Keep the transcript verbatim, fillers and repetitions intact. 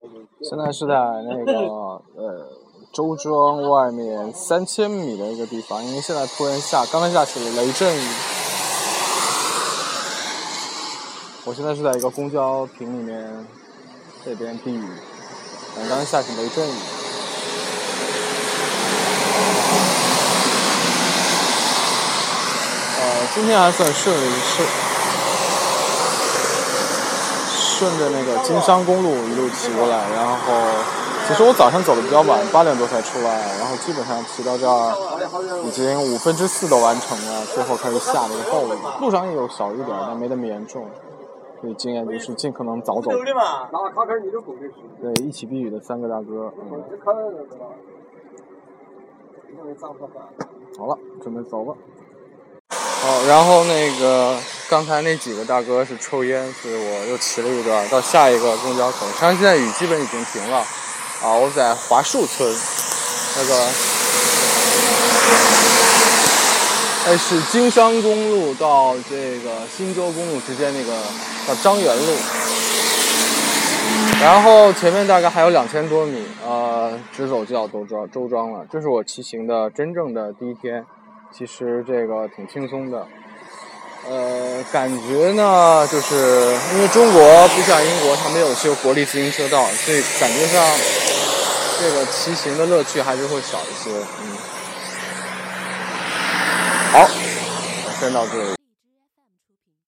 现在是在那个呃周庄外面三千米的一个地方，因为现在突然下，刚刚下起了雷阵雨。我现在是在一个公交亭里面，这边避雨，刚刚下起雷阵雨。呃，今天还算顺利，是顺着那个京商公路一路骑过来，然后其实我早上走的比较晚，八点多才出来，然后基本上骑到这儿已经五分之四都完成了，最后开始下了一个暴雨，路上也有小雨点，但没那么严重。所以经验就是尽可能早走。对，一起避雨的三个大哥。嗯、好了，准备走了。好，然后那个刚才那几个大哥是抽烟，所以我又骑了一段到下一个公交口。实际上现在雨基本已经停了。啊，我在华树村，那个哎是京商公路到这个新洲公路之间那个叫张园路，然后前面大概还有两千多米，呃，直走就要周庄周庄了。这是我骑行的真正的第一天，其实这个挺轻松的。呃，感觉呢，就是因为中国不像英国，它没有修国立自行车道，所以感觉上这个骑行的乐趣还是会少一些。嗯，好，先到这里。